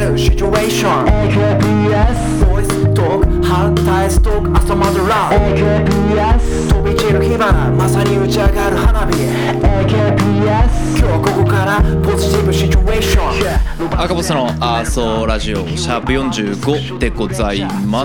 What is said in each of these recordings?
るシチュエーション AKBS ボイストーク反対ストーク朝までラブ AKBS 飛び散る火花まさに打ち上がる花火 AKBS 今日ここからポジティブシチュエーション赤ボスのアーソーラジオシャープ45でございます。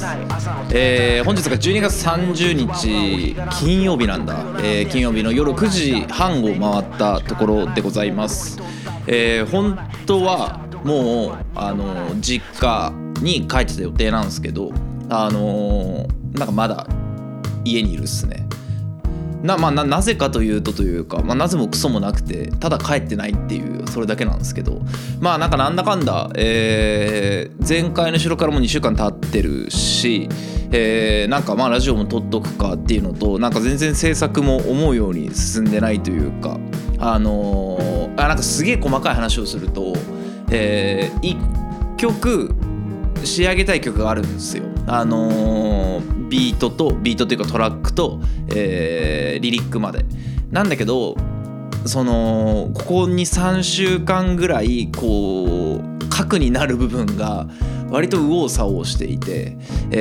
本日が12月30日金曜日なんだ、金曜日の夜9時半を回ったところでございます。本当はもう実家に帰ってた予定なんですけど、なんかまだ家にいるっすね。なぜかというか、なぜもクソもなくて、ただ帰ってないっていうそれだけなんですけど、なんだかんだ、前回の収録からもう2週間経ってるし、なんかラジオも撮っとくかっていうのと、なんか全然制作も思うように進んでないというか、なんかすげえ細かい話をすると、1曲仕上げたい曲があるんですよ。ビートというかトラックと、リリックまでなんだけど、ここに3週間ぐらいこう核になる部分が割と右往左往していて、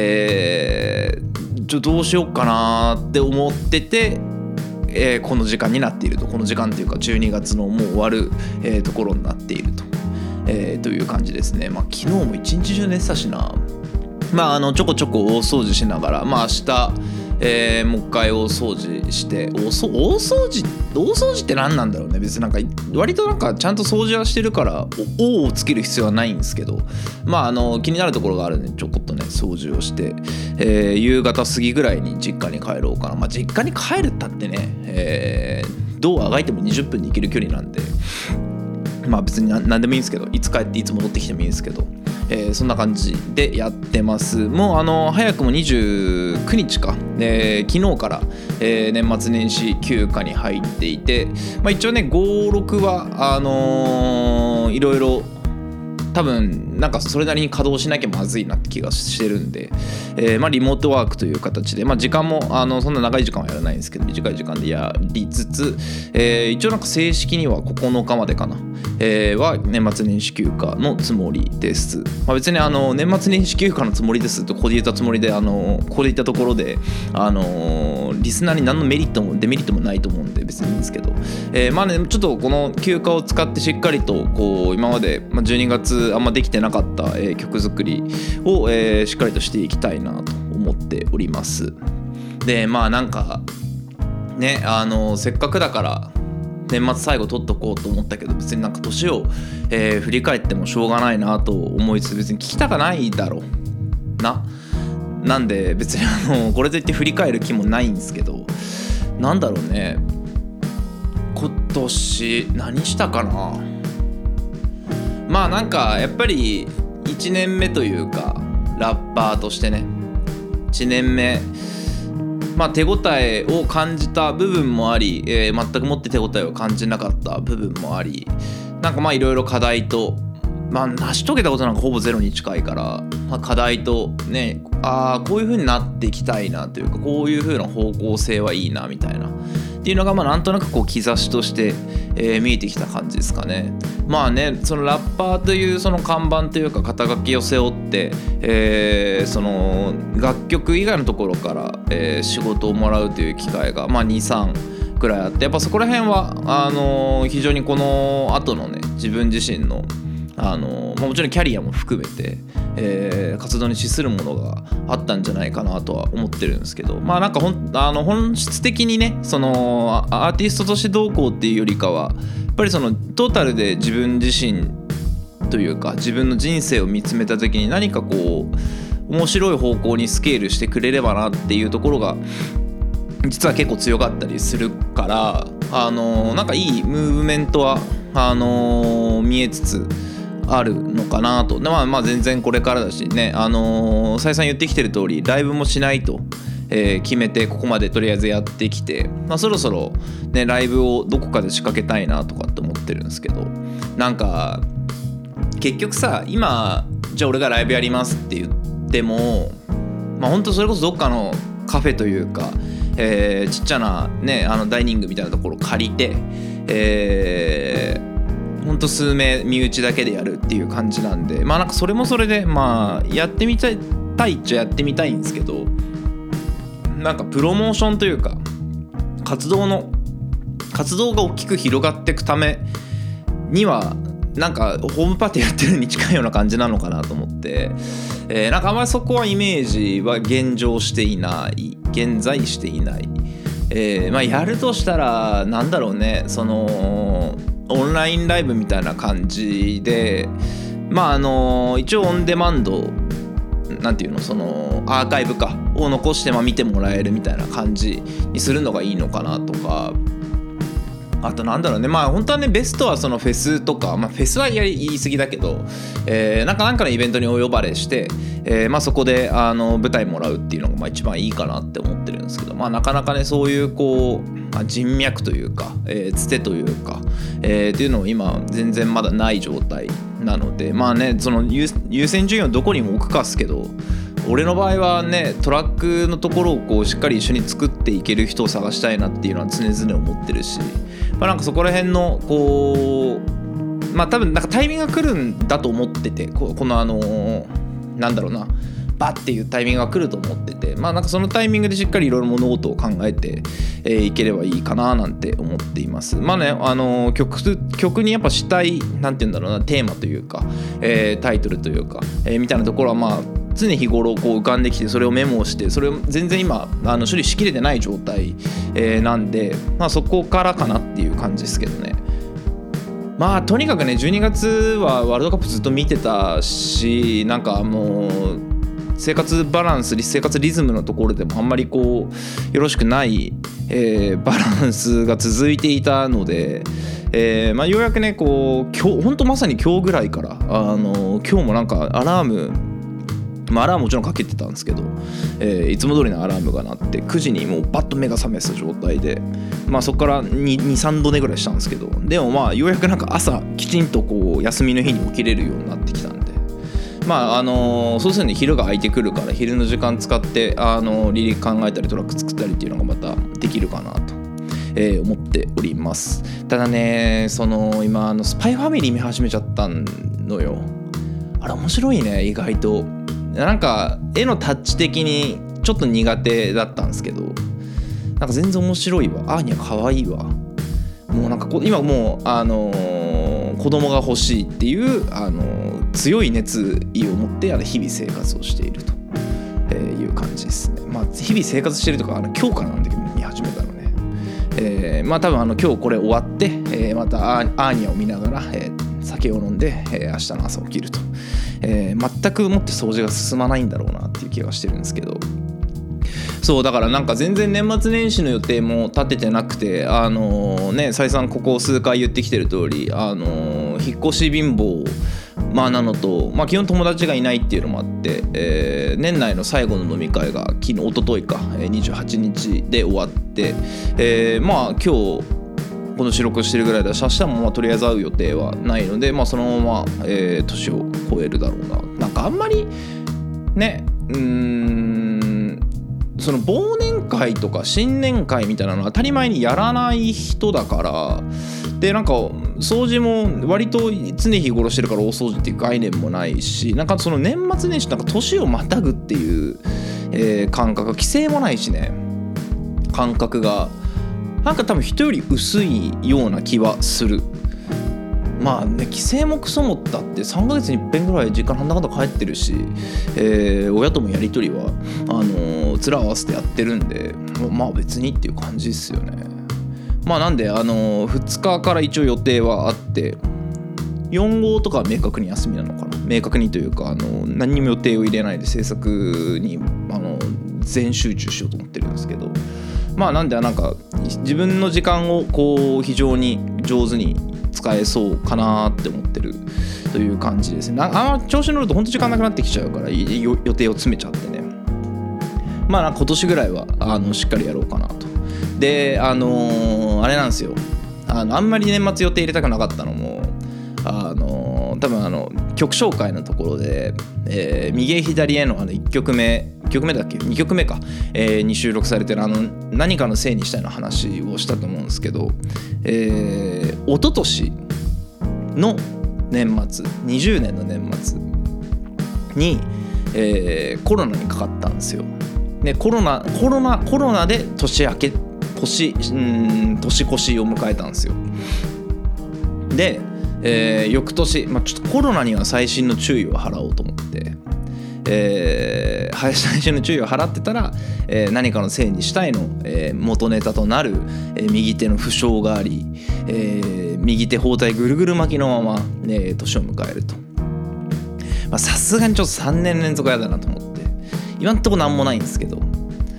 どうしようかなって思ってて、この時間になっていると。この時間っていうか12月のもう終わる、ところになっていると、という感じですね。昨日も一日中寝てたしな。ちょこちょこ大掃除しながら、明日、もう一回大掃除して大掃除って何なんだろうね。別になんか割となんかちゃんと掃除はしてるから「お」をつける必要はないんですけど、気になるところがあるんでちょこっとね掃除をして、夕方過ぎぐらいに実家に帰ろうかな。実家に帰るったってね、どうあがいても20分に行ける距離なんで、別に何でもいいんですけど、いつ帰っていつ戻ってきてもいいんですけど、そんな感じでやってます。もう早くも29日か、昨日から、年末年始休暇に入っていて、一応ね5、6はいろいろ多分なんかそれなりに稼働しなきゃまずいなって気がしてるんで、リモートワークという形で、時間もそんな長い時間はやらないんですけど、短い時間でやりつつ、一応なんか正式には9日までかな、は年末年始休暇のつもりです。別に年末年始休暇のつもりですとここで言ったつもりで、ここで言ったところでリスナーに何のメリットもデメリットもないと思うんで別にいいんですけど、ちょっとこの休暇を使ってしっかりとこう今まで12月あんまできてなかった、曲作りを、しっかりとしていきたいなと思っております。でなんかねせっかくだから年末最後撮っとこうと思ったけど、別になんか年を、振り返ってもしょうがないなと思いつつ、別に聞きたくないだろうなんで別にこれといって振り返る気もないんですけど、なんだろうね、今年何したかな。なんかやっぱり1年目というかラッパーとしてね、1年目手応えを感じた部分もあり、全くもって手応えを感じなかった部分もあり、なんかいろいろ課題と、成し遂げたことなんかほぼゼロに近いから、課題とね、こういう風になっていきたいなというか、こういう風な方向性はいいなみたいなっていうのがなんとなくこう兆しとして、見えてきた感じですかね。そのラッパーというその看板というか肩書きを背負って、その楽曲以外のところから、仕事をもらうという機会が2、3くらいあって、やっぱそこら辺は非常にこの後のね自分自身のもちろんキャリアも含めて、活動に資するものがあったんじゃないかなとは思ってるんですけど、なんか本質的にね、そのアーティストとしてどうこうっていうよりかは、やっぱりそのトータルで自分自身というか自分の人生を見つめた時に何かこう面白い方向にスケールしてくれればなっていうところが実は結構強かったりするから、なんかいいムーブメントは見えつつあるのかなと。全然これからだしね、再三言ってきてる通りライブもしないと、決めてここまでとりあえずやってきて、そろそろねライブをどこかで仕掛けたいなとかって思ってるんですけど、なんか結局さ、今じゃあ俺がライブやりますって言っても、本当それこそどっかのカフェというか、ちっちゃなねダイニングみたいなところ借りて、 ほんと数名身内だけでやるっていう感じなんで、まあなんかそれもそれでまあやってみたいっちゃやってみたいんですけど、なんかプロモーションというか活動が大きく広がっていくためにはなんかホームパーティーやってるに近いような感じなのかなと思って、なんかあんまりそこはイメージは現在していない、まあやるとしたらなんだろうね、そのオンラインライブみたいな感じで、まあ一応オンデマンドなんていうの、そのアーカイブを残して見てもらえるみたいな感じにするのがいいのかなとか、あとなんだろうね、まあ本当はねベストはそのフェスとか、まあフェスは言い過ぎだけど、なんかのイベントにお呼ばれして、まあそこで舞台もらうっていうのがまあ一番いいかなって思ってるんですけど、まあなかなかねそういうこう人脈というか、つてというか、っていうのを今全然まだない状態なので、まあねその優先順位をどこにも置くかっすけど、俺の場合はねトラックのところをこうしっかり一緒に作っていける人を探したいなっていうのは常々思ってるし、まあ、なんかそこら辺のこうまあ多分なんかタイミングが来るんだと思ってて、このなんだろうなバッっていうタイミングが来ると思ってて、まあなんかそのタイミングでしっかりいろいろ物事を考えていければいいかななんて思っています。まあね曲にやっぱしたいなんていうんだろうなテーマというか、タイトルというか、みたいなところはまあ常日頃こう浮かんできて、それをメモして、それを全然今処理しきれてない状態、なんで、まあそこからかなっていう感じですけどね。まあとにかくね12月はワールドカップずっと見てたし、なんかもう生活バランス、生活リズムのところでもあんまりこうよろしくない、バランスが続いていたので、まあようやくねこう今日ほんとまさに今日ぐらいから今日もなんかアラームもちろんかけてたんですけど、いつも通りのアラームが鳴って9時にもうバッと目が覚めた状態で、まあそこから2、3度寝ぐらいしたんですけど、でもまあようやくなんか朝きちんとこう休みの日に起きれるようになってきたんで、まあそうするに昼が空いてくるから昼の時間使ってリリック考えたりトラック作ったりっていうのがまたできるかなと、思っております。ただね今スパイファミリー見始めちゃったのよ。あれ面白いね意外と。なんか絵のタッチ的にちょっと苦手だったんですけど、なんか全然面白いわ。アーニャ可愛いわ。もうなんか今もう子供が欲しいっていう強い熱意を持って日々生活をしているという感じですね。まあ日々生活してるとか今日からなんだけど見始めたのね。まあ多分今日これ終わって、またアーニャを見ながら、酒を飲んで、明日の朝起きると、全くもって掃除が進まないんだろうなっていう気がしてるんですけど、そうだからなんか全然年末年始の予定も立ててなくて、再三ここ数回言ってきてる通り引っ越し貧乏なのと、基本友達がいないっていうのもあって、年内の最後の飲み会が一昨日か28日で終わって、今日この収録してるぐらいだし、明日もとりあえず会う予定はないので、そのまま、年を越えるだろうな。なんかあんまりねその忘年会とか新年会みたいなの当たり前にやらない人だから、でなんか掃除も割と常日頃してるから大掃除っていう概念もないし、なんかその年末年始なんか年をまたぐっていう、感覚、規制もないしね、感覚がなんか多分人より薄いような気はする。まあね、帰省もクソもったって3ヶ月に1遍ぐらい実家なんだかんだ帰ってるし、親ともやり取りは面合わせてやってるんで、まあ別にっていう感じですよね。まあなんで2日から一応予定はあって、4号とかは明確に休みなのかな。明確にというか何にも予定を入れないで制作に全集中しようと思ってるんですけど、まあなんでなんか自分の時間をこう非常に上手に使えそうかなって思ってるという感じですね。調子に乗ると本当時間なくなってきちゃうから予定を詰めちゃってね。まあ今年ぐらいはしっかりやろうかなと。であれなんですよ。あんまり年末予定入れたくなかったのも多分曲紹介のところで、右へ左への1曲目だっけ2曲目か、に収録されてる何かのせいにしたいの話をしたと思うんですけど、一昨年の年末、20年の年末に、コロナにかかったんですよ。でコロナで年越しを迎えたんですよ。で、翌年、ちょっとコロナには細心の注意を払おうと思って、最初の注意を払ってたら、何かのせいにしたいの、元ネタとなる、右手の負傷があり、右手包帯ぐるぐる巻きのまま、年を迎えると。さすがにちょっと3年連続やだなと思って、今んとこなんもないんですけど、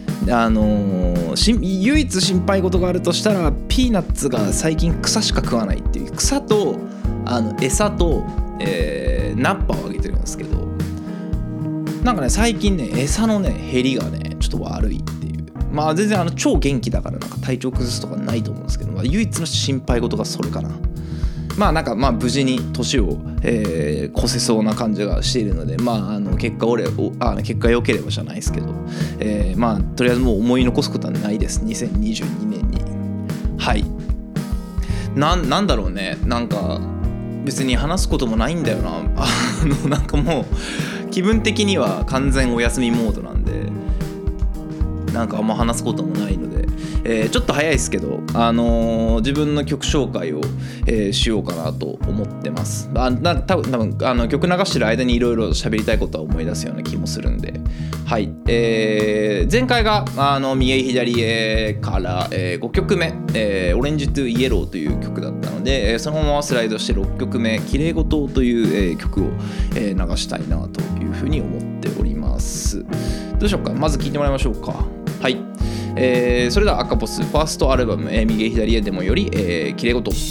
唯一心配事があるとしたら、ピーナッツが最近草しか食わないっていう、草と餌と、ナッパをあげてるんですけど、なんかね最近ね餌のね減りがねちょっと悪いっていう。全然超元気だからなんか体調崩すとかないと思うんですけど、唯一の心配事がそれかな。無事に年を、越せそうな感じがしているので、結果良ければじゃないですけど、とりあえずもう思い残すことはないです、2022年に。はい。なんだろうね、なんか別に話すこともないんだよな。なんかもう気分的には完全お休みモードなんで、なんかあんま話すこともないので、ちょっと早いですけど、自分の曲紹介を、しようかなと思ってます。多分曲流してる間にいろいろ喋りたいことは思い出すような気もするんで、はい。前回が右へ左へから、5曲目、オレンジトゥイエローという曲だったので、そのままスライドして6曲目きれいごとという、曲を、流したいなというふうに思っております。どうしようか、まず聴いてもらいましょうか。はい。それでは赤ポスファーストアルバム、右へ左へでもより、きれいごと。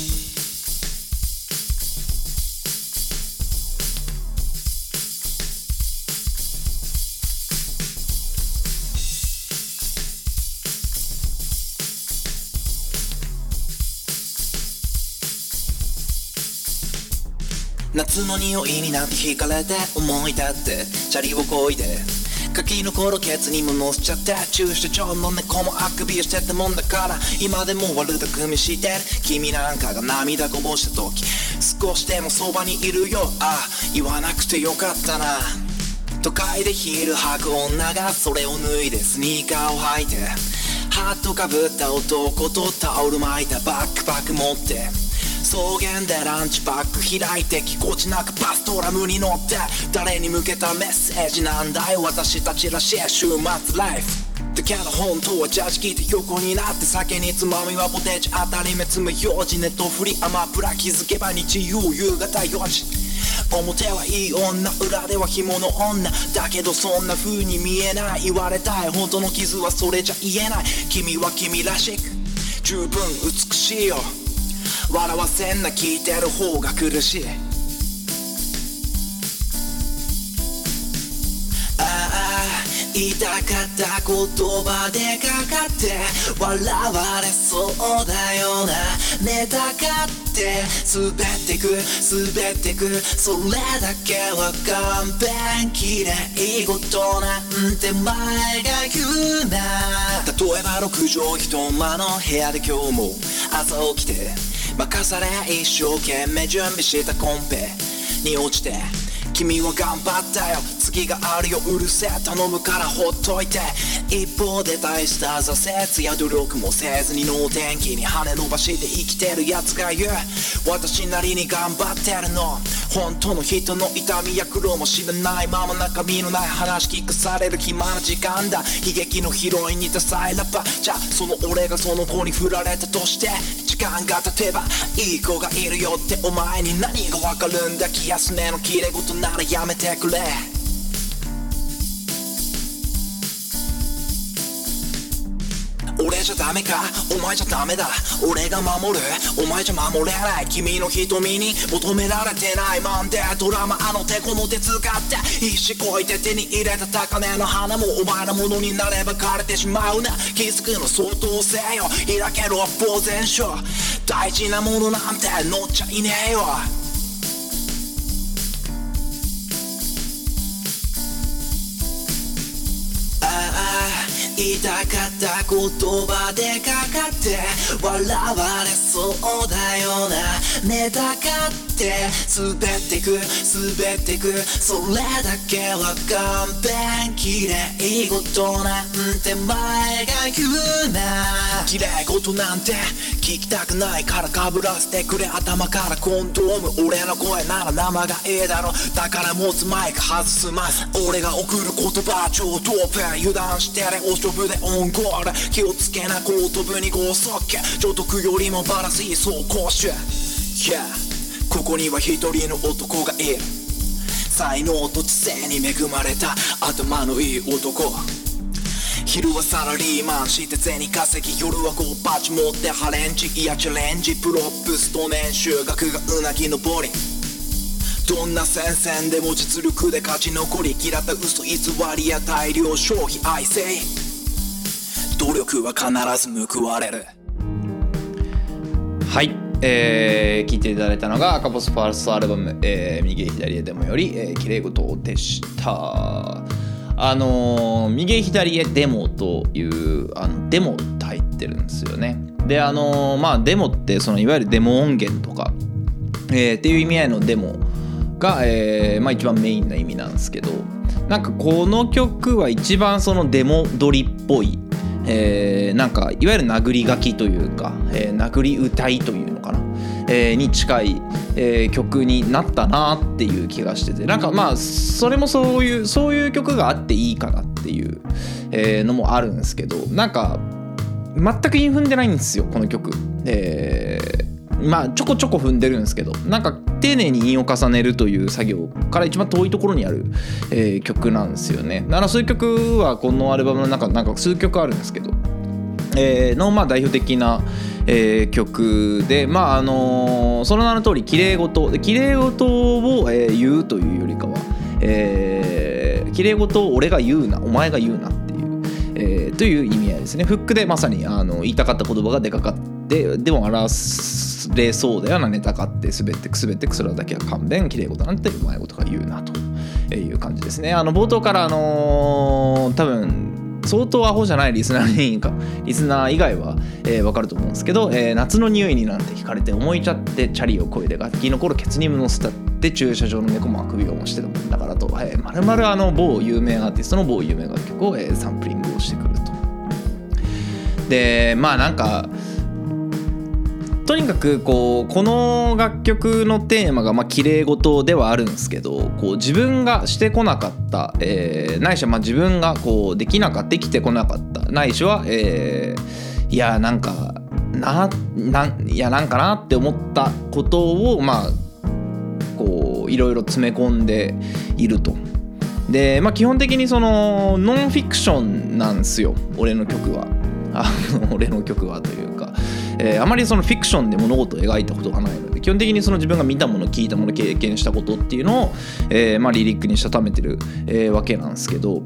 夏の匂いになって惹かれて思い立ってチャリをこいで、ガキの頃ケツにも乗せちゃって、駐車場の猫もあくびをしてたもんだから、今でも悪巧みしてる君なんかが涙こぼした時、少しでもそばにいるよ、言わなくてよかったな。都会でヒール履く女がそれを脱いでスニーカーを履いて、ハットかぶった男とタオル巻いたバックパック持って、草原でランチパック開いてぎこちなくバストラムに乗って、誰に向けたメッセージなんだよ私たちらしい週末ライフだけど、本当はジャージ着て横になって、酒につまみはポテチ当たり目つむようじ、ネットフリアマプラ気づけば日曜夕方4時、表はいい女裏では紐の女だけど、そんな風に見えない、言われたい本当の傷はそれじゃ言えない、君は君らしく十分美しいよ、笑わせんな聞いてる方が苦しい。言いたかった言葉でかかって笑われそうだよな、ネタかって滑ってくそれだけは勘弁、きれい事なんて前が言うな。例えば6畳一間の部屋で今日も朝起きて任され一生懸命準備したコンペに落ちて、君は頑張ったよ次があるようるせえ頼むからほっといて、一方で大した挫折や努力もせずに能天気に羽伸ばして生きてるやつが言う、私なりに頑張ってるの、本当の人の痛みや苦労も知らないまま中身のない話聞かされる暇な時間だ、悲劇のヒロインにダサいラッパー、じゃあその俺がその子に振られたとして、時間が経てばいい子がいるよってお前に何がわかるんだ、気休めの綺麗事ならやめてくれ。俺じゃダメかお前じゃダメだ、俺が守るお前じゃ守れない、君の瞳に求められてないマンデードラマ、手この手使って必死こいて手に入れた高嶺の花もお前のものになれば枯れてしまうな、気づくの相当性よ開けろ呆然書、大事なものなんて乗っちゃいねえよ。 言いたかった言葉でかかって笑われそうだよな。ネタかって滑ってくそれだけは勘弁。綺麗事なんて前が言うな。綺麗事なんて聞きたくないからかぶらせてくれ頭からコンドーム。俺の声なら生がええだろ。だから持つマイク外すまず俺が送る言葉超トップ。油断してねお勝負でオンゴール。気をつけな後頭部に剛速球。所得よりもバランスいい走攻守。Yeah ここには一人の男がいる。才能と知性に恵まれた頭のいい男。昼はサラリーマンして銭稼ぎ、夜はゴーパチ持ってハレンチ。いやチャレンジプロップスと年収額がうなぎ登り。どんな戦線でも実力で勝ち残り、嫌った嘘偽りや大量消費愛せい。努力は必ず報われる。 はい、聴いていただいたのが赤ボスファーストアルバム、右へ左へデモより、綺麗事でした。右へ左へデモというデモって入ってるんですよね。でデモってそのいわゆるデモ音源とか、っていう意味合いのデモが、一番メインな意味なんですけど、なんかこの曲は一番そのデモ撮りっぽい、なんかいわゆる殴り書きというか、殴り歌いというのかな、に近い、曲になったなっていう気がしてて、なんかそれもそういう曲があっていいかなっていう、のもあるんですけど、なんか全く韻踏んでないんですよこの曲。ちょこちょこ踏んでるんですけど、なんか丁寧に韻を重ねるという作業から一番遠いところにある、曲なんですよね。だからそういう曲はこのアルバムの中なんか数曲あるんですけど、の代表的な、曲で、その名の通り綺麗事を、言うというよりかは、綺麗事を俺が言うなお前が言うなっていう、という意味合いですね。フックでまさに言いたかった言葉がでかかってでも表れそうだよな。ネタかって滑ってくそれだけは勘弁。綺麗事なんてうまいことが言うなという感じですね。冒頭から多分相当アホじゃないリスナー以外は、分かると思うんですけど、夏の匂いになんて聞かれて思いちゃってチャリをこいで楽器の頃ケツにも乗せたって駐車場の猫もあくびをもしてたもんだからと、まるまる某有名アーティストの某有名楽曲を、サンプリングをしてくると。でなんかとにかくこの楽曲のテーマが綺麗事ではあるんですけど、自分がしてこなかった、ないしは自分ができてこなかったないしは、いやなんかなって思ったことをいろいろ詰め込んでいると。で基本的にそのノンフィクションなんですよ俺の曲はというか、あまりそのフィクションで物事を描いたことがないので、基本的にその自分が見たもの聞いたもの経験したことっていうのを、リリックにしたためてる、わけなんですけど、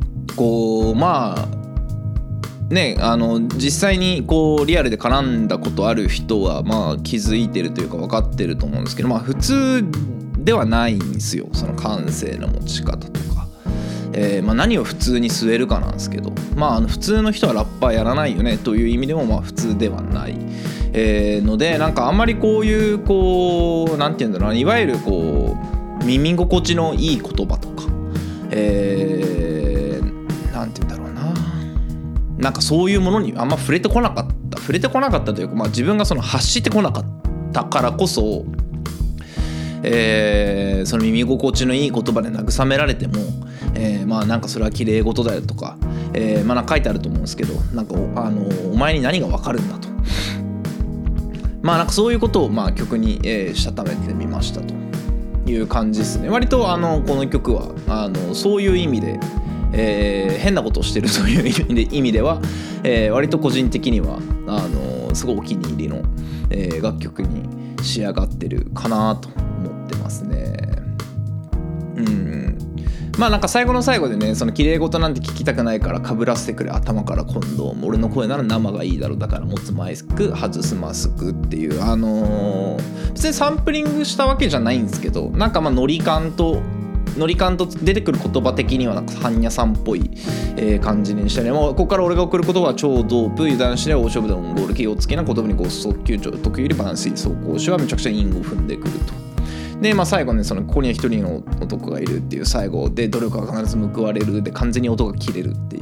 実際にリアルで絡んだことある人は気づいてるというか分かってると思うんですけど、普通ではないんですよその感性の持ち方とか。何を普通に据えるかなんですけど、普通の人はラッパーやらないよねという意味でも普通ではない、のでなんかあんまりこういうなんていうんだろうな、いわゆる耳心地のいい言葉とか、なんていうんだろうな、なんかそういうものにあんま触れてこなかったというか、自分がその発してこなかったからこそ、その耳心地のいい言葉で慰められても、なんかそれは綺麗事だよとか、なんか書いてあると思うんですけど、なんかお前に何が分かるんだと、なんかそういうことを曲に、したためてみましたという感じですね。割とこの曲はそういう意味で、変なことをしてるという意味では、割と個人的にはすごいお気に入りの、楽曲に仕上がってるかなと思ってますね。なんか最後の最後でね、その綺麗事なんて聞きたくないからかぶらせてくれ頭からコンドーム、俺の声なら生がいいだろうだから持つマイク外すマスクっていう、別にサンプリングしたわけじゃないんですけど、なんかノリ感とノリ感と出てくる言葉的にはなんか般若さんっぽい、感じにしたね。もうここから俺が送る言葉は超ドープ、油断しない大勝負でオンゴール、気をつけな言葉にこう速球得意よりバランスいい走攻守はめちゃくちゃ韻を踏んでくると。で最後ね、ここには一人の男がいるっていう最後で、努力は必ず報われるで完全に音が切れるっていう、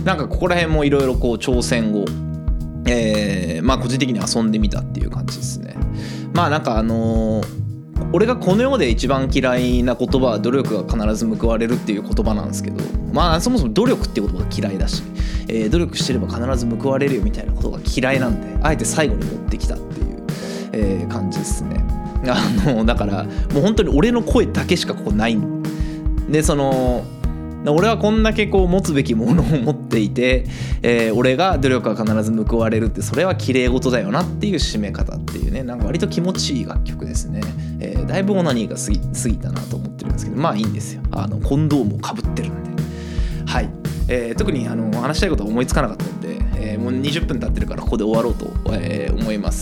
なんかここら辺もいろいろこう挑戦を個人的に遊んでみたっていう感じですね。なんか俺がこの世で一番嫌いな言葉は努力が必ず報われるっていう言葉なんですけど、そもそも努力っていう言葉が嫌いだし、努力してれば必ず報われるよみたいなことが嫌いなんで、あえて最後に持ってきたっていう、感じですね。だからもう本当に俺の声だけしかここないんで、俺はこんだけこう持つべきものを持っていて、俺が努力は必ず報われるって、それは綺麗事だよなっていう締め方っていうね、なんか割と気持ちいい楽曲ですね。だいぶオナニーが過ぎたなと思ってるんですけど、いいんですよ。コンドームをかぶってるんで。はい。特に話したいことは思いつかなかったので、もう20分経ってるからここで終わろうと、思います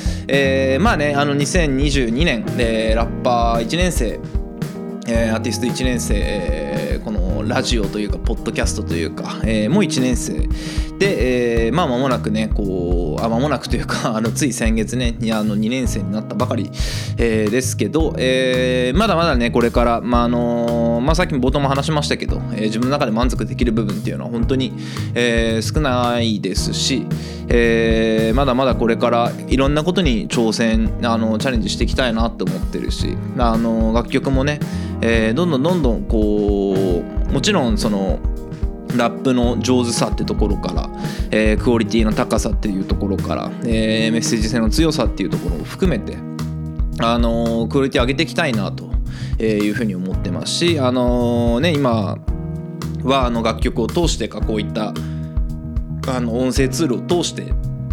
。2022年、ラッパー1年生、アーティスト1年生、このラジオというかポッドキャストというか、もう1年生で、間もなくね間もなくというかつい先月ね2年生になったばかり、ですけど、まだまだねこれから、さっきも冒頭も話しましたけど、自分の中で満足できる部分っていうのは本当に、少ないですし、まだまだこれからいろんなことに挑戦チャレンジしていきたいなと思ってるし、楽曲もね、どんどんこうもちろんラップの上手さってところから、クオリティの高さっていうところから、メッセージ性の強さっていうところを含めてクオリティ上げていきたいなというふうに思ってますし、今は楽曲を通してかこういった音声ツールを通して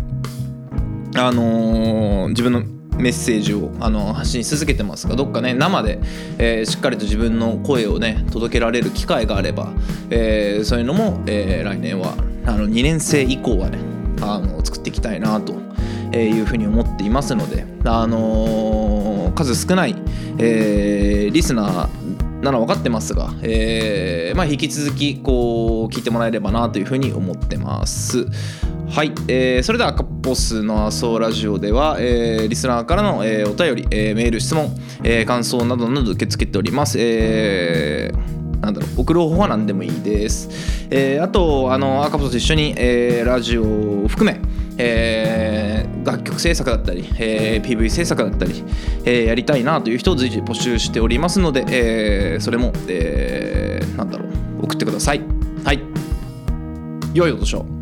自分のメッセージを発信し続けてますが、どっかね生で、しっかりと自分の声をね届けられる機会があれば、そういうのも、来年は2年生以降はね作っていきたいなというふうに思っていますので、数少ない、リスナーなのは分かってますが、引き続きこう聞いてもらえればなというふうに思ってます。はい、それではアカポスのアソーラジオでは、リスナーからの、お便り、メール、質問、感想などなど受け付けております。送る方法は何でもいいです。あとアカポスと一緒に、ラジオを含め、楽曲制作だったり、PV 制作だったり、やりたいなという人を随時募集しておりますので、それも、送ってください。はい、良いお年を。